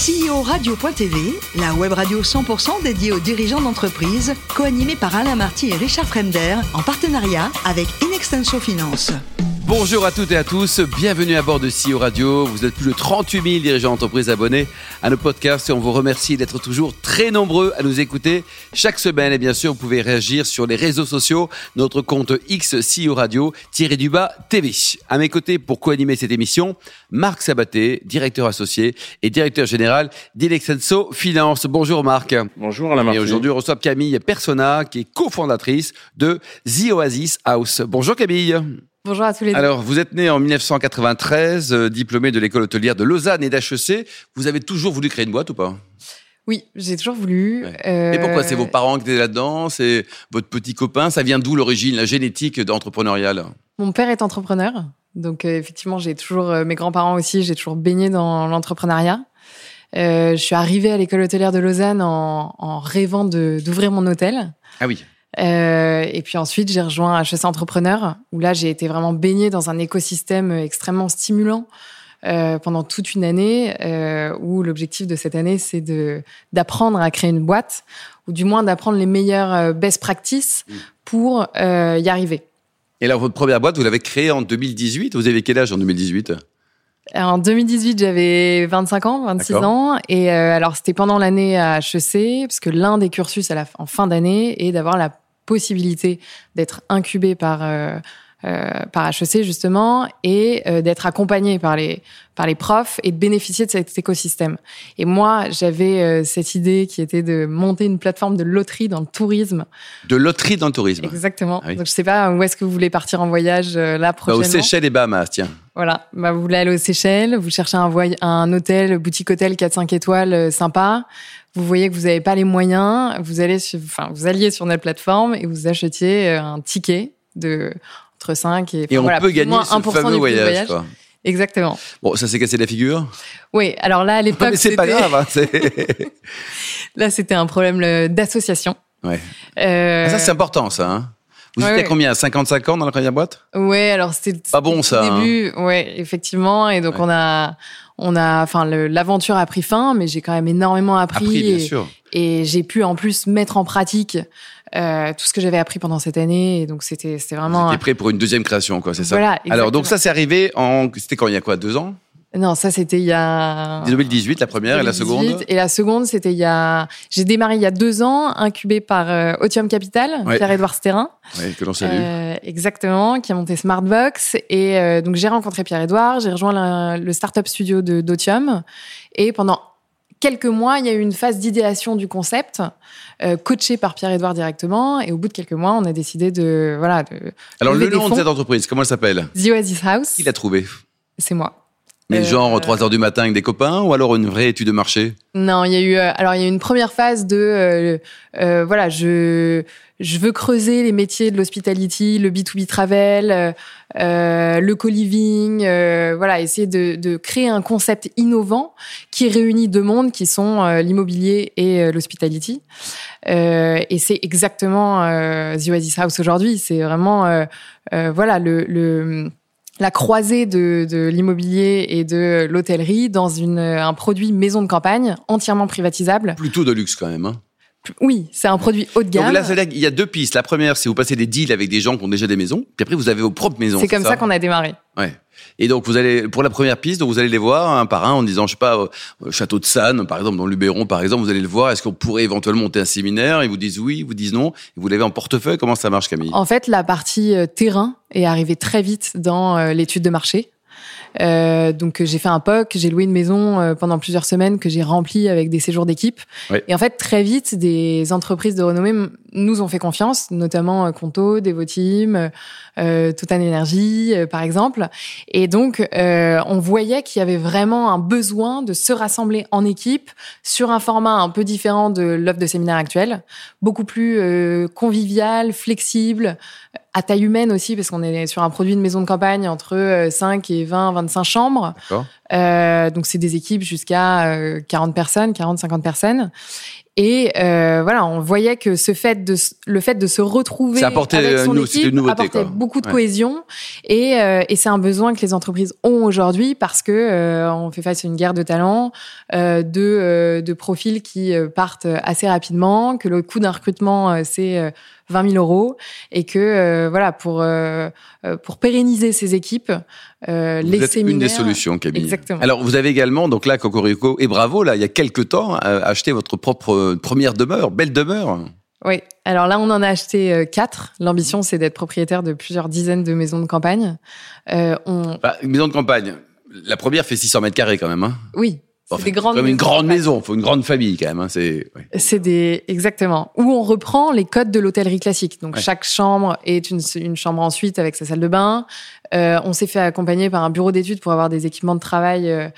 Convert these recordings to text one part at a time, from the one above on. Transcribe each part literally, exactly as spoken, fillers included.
C E O Radio point T V, la web radio cent pour cent dédiée aux dirigeants d'entreprise, co-animée par Alain Marty et Richard Fremder, en partenariat avec Inextenso Finance. Bonjour à toutes et à tous, bienvenue à bord de C E O Radio. Vous êtes plus de trente-huit mille dirigeants d'entreprise abonnés à nos podcasts et on vous remercie d'être toujours très nombreux à nous écouter chaque semaine. Et bien sûr, vous pouvez réagir sur les réseaux sociaux, notre compte X C E O Radio, tiré du bas T V. À mes côtés pour co-animer cette émission, Marc Sabaté, directeur associé et directeur général d'Inextenso Finance. Bonjour Marc. Bonjour Alain Marty. Et aujourd'hui, on reçoit Camille Persona, qui est cofondatrice de The Oasis House. Bonjour Camille. Bonjour à tous les deux. Alors, vous êtes né en dix-neuf cent quatre-vingt-treize, euh, diplômé de l'école hôtelière de Lausanne et d'H E C. Vous avez toujours voulu créer une boîte ou pas ? Oui, j'ai toujours voulu. Ouais. Euh... Et pourquoi ? C'est vos parents qui étaient là-dedans ? C'est votre petit copain ? Ça vient d'où l'origine, la génétique entrepreneuriale ? Mon père est entrepreneur. Donc, euh, effectivement, j'ai toujours, euh, mes grands-parents aussi, j'ai toujours baigné dans l'entrepreneuriat. Euh, je suis arrivée à l'école hôtelière de Lausanne en, en rêvant de, d'ouvrir mon hôtel. Ah oui. Euh, et puis ensuite, j'ai rejoint H E C Entrepreneur, où là, j'ai été vraiment baignée dans un écosystème extrêmement stimulant euh, pendant toute une année, euh, où l'objectif de cette année, c'est de d'apprendre à créer une boîte, ou du moins d'apprendre les meilleures best practices pour euh, y arriver. Et alors, votre première boîte, vous l'avez créée en deux mille dix-huit. Vous avez quel âge en deux mille dix-huit ? En deux mille dix-huit, j'avais vingt-cinq ans, vingt-six D'accord. ans. Et euh, alors, c'était pendant l'année à H E C, parce que l'un des cursus à la, en fin d'année est d'avoir la possibilité d'être incubé par, euh, euh, par H E C, justement, et euh, d'être accompagné par les, par les profs et de bénéficier de cet écosystème. Et moi, j'avais euh, cette idée qui était de monter une plateforme de loterie dans le tourisme. De loterie dans le tourisme. Exactement. Ah oui. Donc, je sais pas où est-ce que vous voulez partir en voyage euh, là Bah, prochainement. aux Seychelles et Bahamas, tiens. Voilà, bah, vous voulez aller aux Seychelles, vous cherchez un, voy- un hôtel, boutique hôtel quatre cinq étoiles euh, sympa, vous voyez que vous n'avez pas les moyens, vous allez, sur, enfin, vous alliez sur notre plateforme et vous achetiez euh, un ticket de entre cinq et, Et enfin, on voilà, peut plus ou gagner moins ce un pour cent fameux du prix du voyage, voyage. quoi. Exactement. Bon, ça s'est cassé la figure. Oui, alors là à l'époque Mais c'est c'était pas grave. Hein, c'est... là c'était un problème euh, d'association. Ouais. Euh... Ah, ça, c'est important, ça. Hein. Vous Ouais, étiez à ouais. combien ? cinquante-cinq ans dans la première boîte ? Ouais, alors c'était Pas bon, ça, Au début, ouais, effectivement, et donc Ouais. on a, on a, enfin, le, l'aventure a pris fin, mais j'ai quand même énormément appris, Appris, bien et, sûr. et j'ai pu en plus mettre en pratique euh, tout ce que j'avais appris pendant cette année, et donc c'était, c'était Vous vraiment. étiez prêt pour une deuxième création, quoi, c'est ça ? Voilà, Alors, exactement. donc ça, c'est arrivé en... C'était quand, il y a quoi, deux ans ? Non, ça c'était il y a. deux mille dix-huit, la première, et la deux mille dix-huit, seconde ? Et la seconde, c'était il y a. J'ai démarré il y a deux ans, incubé par euh, Otium Capital, Ouais. Pierre-Édouard Stérin. Oui, que l'on salue. Euh, exactement, qui a monté Smartbox. Et euh, donc, j'ai rencontré Pierre-Édouard, j'ai rejoint la- le startup studio de d'Otium. Et pendant quelques mois, il y a eu une phase d'idéation du concept, euh, coachée par Pierre-Édouard directement. Et au bout de quelques mois, on a décidé de... voilà. De Alors, lever le des nom de fonds. cette entreprise, comment elle s'appelle ? The Oasis House. Qui l'a trouvé ? C'est moi. Mais Euh, genre trois heures du matin avec des copains ou alors une vraie étude de marché ? Non, il y a eu euh, alors il y a eu une première phase de euh, euh, voilà, je je veux creuser les métiers de l'hospitality, le B deux B travel, euh, euh, le co-living, euh, voilà, essayer de de créer un concept innovant qui réunit deux mondes qui sont euh, l'immobilier et euh, l'hospitality. Euh, et c'est exactement euh, The Oasis House aujourd'hui, c'est vraiment euh, euh, voilà le le la croisée de, de l'immobilier et de l'hôtellerie dans une, un produit maison de campagne entièrement privatisable. Plutôt de luxe quand même. Hein. Oui, c'est un produit haut de gamme. Donc là, c'est-à-dire qu'il y a deux pistes. La première, c'est vous passez des deals avec des gens qui ont déjà des maisons, puis après vous avez vos propres maisons. c'est comme ça, ça qu'on a démarré. Ouais. Et donc vous allez pour la première piste, donc vous allez les voir un par un en disant, je sais pas, euh, Château de Sannes, par exemple, dans le Luberon, par exemple, vous allez le voir. Est-ce qu'on pourrait éventuellement monter un séminaire ? Ils vous disent oui, ils vous disent non. Et vous l'avez en portefeuille. Comment ça marche, Camille ? En fait, la partie euh, terrain est arrivée très vite dans euh, l'étude de marché. Euh, donc j'ai fait un P O C, j'ai loué une maison euh, pendant plusieurs semaines que j'ai remplie avec des séjours d'équipe. Ouais. Et en fait, très vite, des entreprises de renommée m- nous ont fait confiance, notamment euh, Conto, Devoteam, euh, Total Energy, euh, par exemple. Et donc, euh, on voyait qu'il y avait vraiment un besoin de se rassembler en équipe sur un format un peu différent de l'offre de séminaire actuelle, beaucoup plus euh, convivial, flexible, à taille humaine aussi, parce qu'on est sur un produit de maison de campagne entre cinq et vingt, vingt-cinq chambres. D'accord. Euh, donc, c'est des équipes jusqu'à euh, quarante personnes, quarante, cinquante personnes. Et euh, voilà, on voyait que ce fait de le fait de se retrouver apportait, avec son nous, équipe une nouveauté, apportait quoi. beaucoup de Ouais. cohésion. Et, euh, et c'est un besoin que les entreprises ont aujourd'hui parce que euh, on fait face à une guerre de talents, euh, de euh, de profils qui euh, partent assez rapidement, que le coût d'un recrutement euh, c'est euh, vingt mille euros et que euh, voilà pour euh, pour pérenniser ces équipes, euh, Vous les êtes séminaires. une des solutions, Camille. Exactement. Alors, vous avez également, donc là, Cocorico et Bravo, là, il y a quelques temps, euh, acheté votre propre euh, première demeure, belle demeure. Oui. Alors là, on en a acheté euh, quatre. L'ambition, c'est d'être propriétaire de plusieurs dizaines de maisons de campagne. Euh, on... Bah, une maison de campagne. La première fait six cents mètres carrés quand même. Hein. Oui. C'est Enfin, des grandes comme une maisons grande de campagne. maison, il faut une grande famille quand même. Hein. C'est, ouais. C'est des exactement où on reprend les codes de l'hôtellerie classique. Donc Ouais. chaque chambre est une, une chambre en suite avec sa salle de bain. Euh, on s'est fait accompagner par un bureau d'études pour avoir des équipements de travail euh,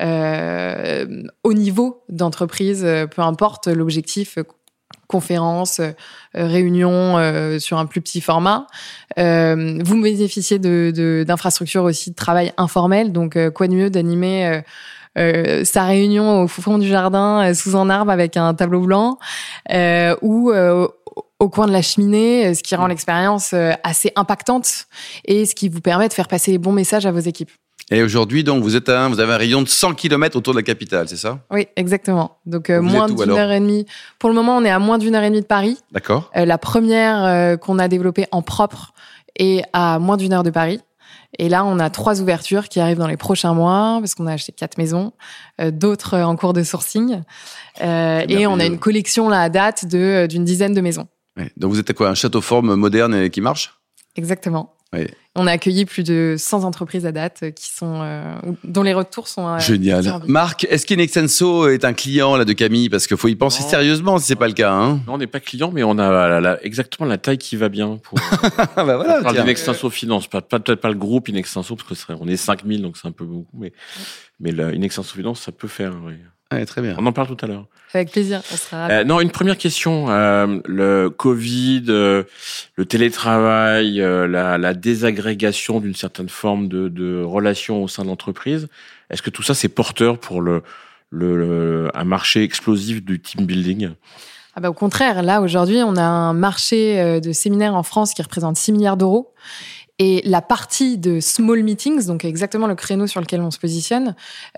euh, au niveau d'entreprise, euh, peu importe l'objectif. Euh, conférences, euh, réunions euh, sur un plus petit format. Euh, vous bénéficiez de, de, d'infrastructures aussi de travail informel. Donc euh, quoi de mieux d'animer euh, Euh, sa réunion au fond du jardin, euh, sous un arbre avec un tableau blanc, euh, ou euh, au coin de la cheminée, ce qui rend l'expérience euh, assez impactante et ce qui vous permet de faire passer les bons messages à vos équipes. Et aujourd'hui, donc, vous êtes un, vous avez un rayon de cent kilomètres autour de la capitale, c'est ça? Oui, exactement. Donc euh, Vous moins êtes où, d'une alors heure et demie. Pour le moment, on est à moins d'une heure et demie de Paris. D'accord. Euh, la première euh, qu'on a développée en propre est à moins d'une heure de Paris. Et là, on a trois ouvertures qui arrivent dans les prochains mois, parce qu'on a acheté quatre maisons, euh, d'autres euh, en cours de sourcing. Euh, et on a une collection là à date de d'une dizaine de maisons. Ouais. Donc vous êtes à quoi? Un château forme moderne et qui marche? Exactement. Ouais. On a accueilli plus de cent entreprises à date qui sont, euh, dont les retours sont euh, génial. Marc, est-ce qu'Inextenso est un client là de Camille? Parce qu'il faut y penser Non. sérieusement si c'est pas le cas. Hein. Non, on n'est pas client, mais on a la, la, exactement la taille qui va bien pour. Ah bah voilà. On parle tiens. d'Inextenso Finance, pas, pas peut-être pas le groupe Inextenso parce que ce serait, on est cinq mille donc c'est un peu beaucoup, mais mais le Inextenso Finance ça peut faire. Oui. Ouais, très bien. On en parle tout à l'heure. Avec plaisir, on sera ravis. Euh, non, une première question. Euh, le Covid, euh, le télétravail, euh, la, la désagrégation d'une certaine forme de, de relation au sein de l'entreprise. Est-ce que tout ça, c'est porteur pour le, le, le un marché explosif du team building? Ah bah, au contraire, là, aujourd'hui, on a un marché de séminaires en France qui représente six milliards d'euros. Et la partie de small meetings, donc exactement le créneau sur lequel on se positionne,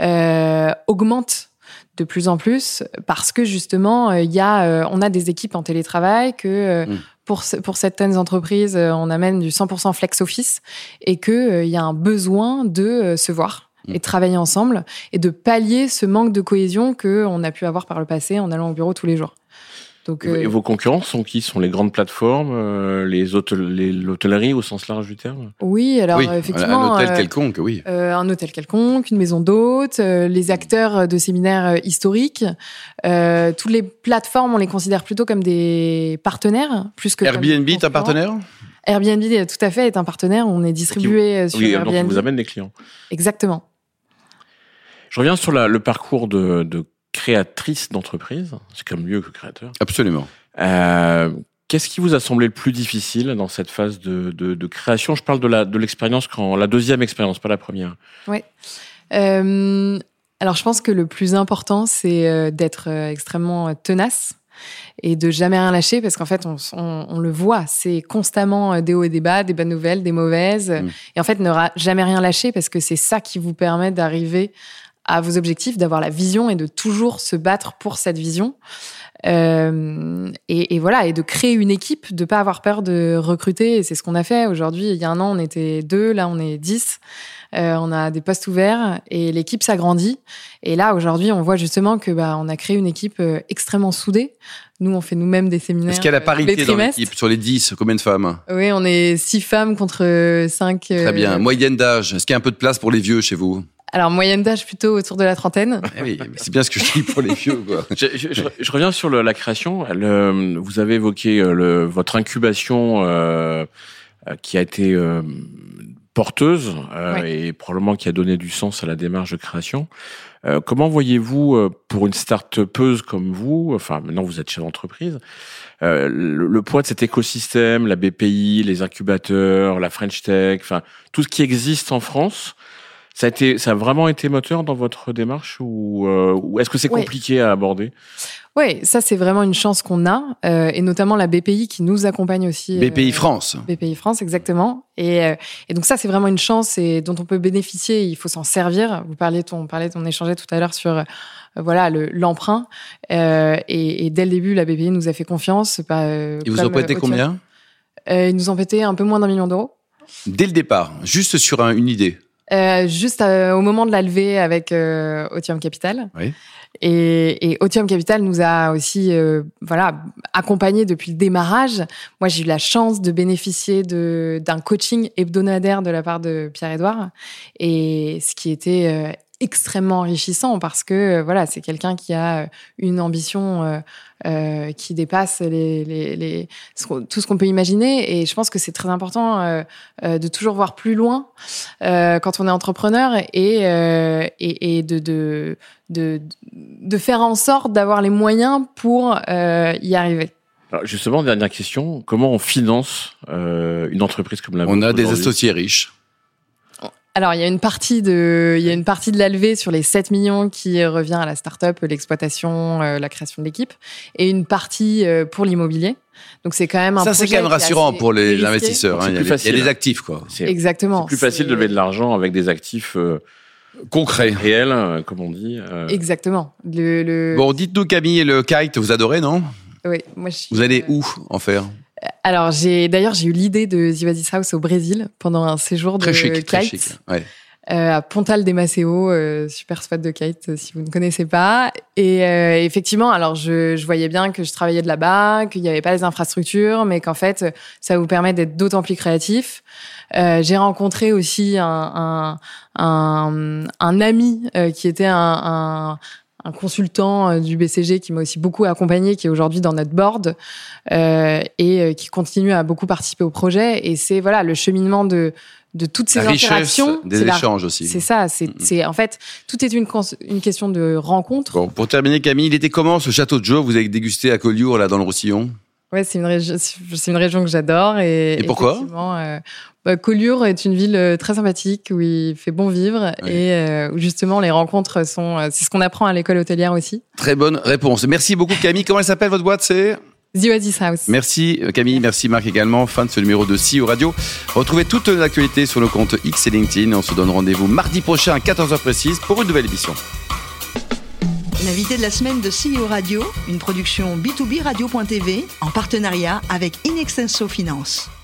euh, augmente de plus en plus parce que justement il euh, y a euh, on a des équipes en télétravail que euh, mmh. pour pour certaines entreprises euh, on amène du cent pour cent flex office et que euh, il y a un besoin de euh, se voir mmh. et de travailler ensemble et de pallier ce manque de cohésion que on a pu avoir par le passé en allant au bureau tous les jours. Donc, euh... Et vos concurrents sont qui? Sont les grandes plateformes, euh, les hôtel, les, l'hôtellerie au sens large du terme? Oui, alors oui, effectivement. Un hôtel euh, quelconque, oui. Euh, un hôtel quelconque, une maison d'hôtes, euh, les acteurs de séminaires historiques. Euh, toutes les plateformes, on les considère plutôt comme des partenaires, plus que Airbnb est un partenaire? Airbnb, tout à fait, est un partenaire. On est distribué qui, sur oui, Airbnb. Donc, il vous amène les clients. Exactement. Je reviens sur la, le parcours de, de créatrice d'entreprise. C'est quand même mieux que créateur. Absolument. Euh, qu'est-ce qui vous a semblé le plus difficile dans cette phase de, de, de création? Je parle de la de l'expérience quand la deuxième expérience, pas la première. Oui. Euh, alors, je pense que le plus important, c'est d'être extrêmement tenace et de jamais rien lâcher parce qu'en fait, on, on, on le voit, c'est constamment des hauts et des bas, des bonnes nouvelles, des mauvaises. Mmh. Et en fait, ne ra- jamais rien lâcher parce que c'est ça qui vous permet d'arriver à vos objectifs, d'avoir la vision et de toujours se battre pour cette vision. Euh, et, et voilà, et de créer une équipe, de pas avoir peur de recruter. Et c'est ce qu'on a fait. Aujourd'hui, il y a un an, on était deux, là, on est dix. Euh, on a des postes ouverts et l'équipe s'agrandit. Et là, aujourd'hui, on voit justement que bah, on a créé une équipe extrêmement soudée. Nous, on fait nous-mêmes des séminaires. Est-ce qu'il y a la parité dans l'équipe sur les dix? Combien de femmes? Oui, on est six femmes contre cinq. Très bien. Euh... Moyenne d'âge. Est-ce qu'il y a un peu de place pour les vieux chez vous? Alors, moyenne d'âge plutôt autour de la trentaine. Eh oui, c'est bien ce que je dis pour les vieux, quoi. je, je, je, je reviens sur le, la création. Le, vous avez évoqué le, votre incubation euh, qui a été euh, porteuse euh, oui. et probablement qui a donné du sens à la démarche de création. Euh, comment voyez-vous, euh, pour une start-upeuse comme vous, enfin maintenant vous êtes chef d'entreprise, euh, le, le poids de cet écosystème, la B P I, les incubateurs, la French Tech, enfin tout ce qui existe en France? Ça a été, ça a vraiment été moteur dans votre démarche ou, euh, ou est-ce que c'est compliqué ouais. à aborder? Oui, ça c'est vraiment une chance qu'on a, euh, et notamment la B P I qui nous accompagne aussi. B P I euh, France. B P I France, exactement. Et, euh, et donc ça c'est vraiment une chance et dont on peut bénéficier. Il faut s'en servir. Vous parliez, on parlait, on échangeait tout à l'heure sur euh, voilà le, l'emprunt. Euh, et, et dès le début, la B P I nous a fait confiance. Pas, euh, ils vous ont prêté combien? euh, Ils nous ont prêté un peu moins d'un million d'euros. Dès le départ, juste sur un, une idée. Euh, juste euh, au moment de la levée avec euh, Otium Capital. Oui. Et, et Otium Capital nous a aussi euh, voilà, accompagnés depuis le démarrage. Moi, j'ai eu la chance de bénéficier de, d'un coaching hebdomadaire de la part de Pierre-Édouard. Et ce qui était euh, extrêmement enrichissant parce que euh, voilà, c'est quelqu'un qui a une ambition euh, euh, qui dépasse les, les, les, tout ce qu'on peut imaginer. Et je pense que c'est très important euh, euh, de toujours voir plus loin euh, quand on est entrepreneur et, euh, et, et de, de, de, de faire en sorte d'avoir les moyens pour euh, y arriver. Alors justement, dernière question, comment on finance euh, une entreprise comme la vôtre? On a des associés riches. Alors, il y a une partie de, il y a une partie de la levée sur les sept millions qui revient à la start-up, l'exploitation, euh, la création de l'équipe, et une partie euh, pour l'immobilier. Donc, c'est quand même un ça, projet. Ça, c'est quand même rassurant pour les risqué. investisseurs. Hein. Il, y a les, il y a des actifs, quoi. C'est, Exactement. C'est plus facile c'est... de lever de l'argent avec des actifs euh, concrets, réels, euh, comme on dit. Euh... Exactement. Le, le... Bon, dites-nous, Camille, le kite, vous adorez, non? Oui, moi je suis. Vous allez où en faire? Alors, j'ai d'ailleurs j'ai eu l'idée de The Oasis House au Brésil pendant un séjour très de chic, kite très chic. Ouais. Euh, à Pontal de Maceo, euh, super spot de kite si vous ne connaissez pas. Et euh, effectivement, alors je, je voyais bien que je travaillais de là-bas, qu'il n'y avait pas les infrastructures, mais qu'en fait ça vous permet d'être d'autant plus créatif. Euh, j'ai rencontré aussi un un un, un ami euh, qui était un, un un consultant du B C G qui m'a aussi beaucoup accompagné, qui est aujourd'hui dans notre board euh, et euh, qui continue à beaucoup participer au projet. Et c'est voilà le cheminement de de toutes ces la interactions, des échanges la, aussi. C'est ça. C'est, mm-hmm. c'est en fait tout est une une question de rencontre. Bon, pour terminer, Camille, il était comment ce château de Joe vous avez dégusté à Collioure là dans le Roussillon? Ouais, c'est une région, c'est une région que j'adore et. Et pourquoi? Effectivement, euh, bah, Collioure est une ville très sympathique où il fait bon vivre oui. et euh, où justement les rencontres sont, c'est ce qu'on apprend à l'école hôtelière aussi. Très bonne réponse. Merci beaucoup, Camille. Comment elle s'appelle votre boîte? C'est The Oasis House. Merci Camille, merci Marc également. Fin de ce numéro de C I O Radio. Retrouvez toute l'actualité sur nos comptes X et LinkedIn. On se donne rendez-vous mardi prochain à quatorze heures précise pour une nouvelle émission. L'invité de la semaine de C I O Radio, une production B deux B radio point T V en partenariat avec In Extenso Finance.